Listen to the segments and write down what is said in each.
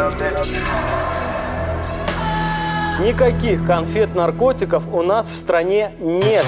Никаких конфет-наркотиков у нас в стране нет.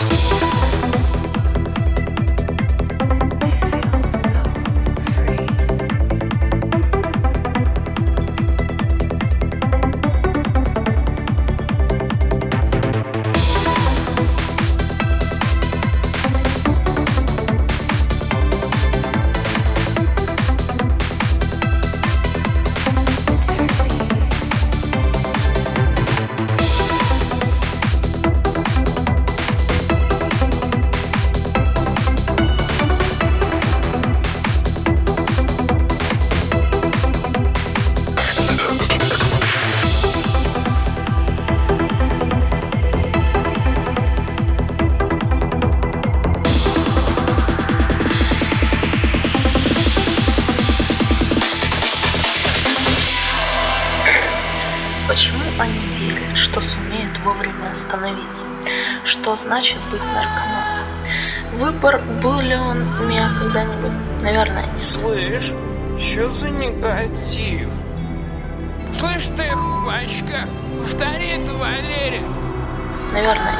Почему они верят, что сумеют вовремя остановиться? Что значит быть наркоманом? Выбор, был ли он у меня когда-нибудь? Наверное, нет. Слышь, что за негатив? Слышь ты, бачка, повтори это, Валерия. Наверное,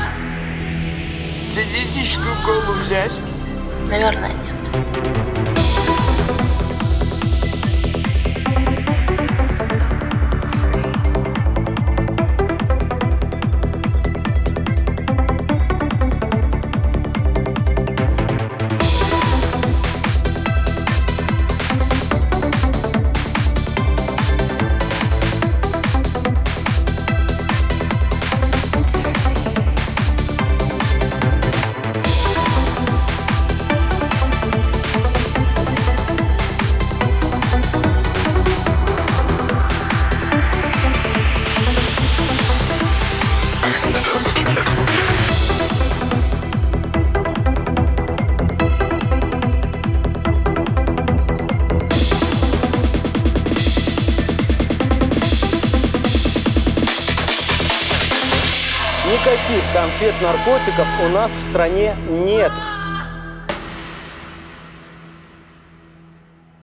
нет. Диетическую колу взять? Наверное, нет. Никаких конфет-наркотиков у нас в стране нет.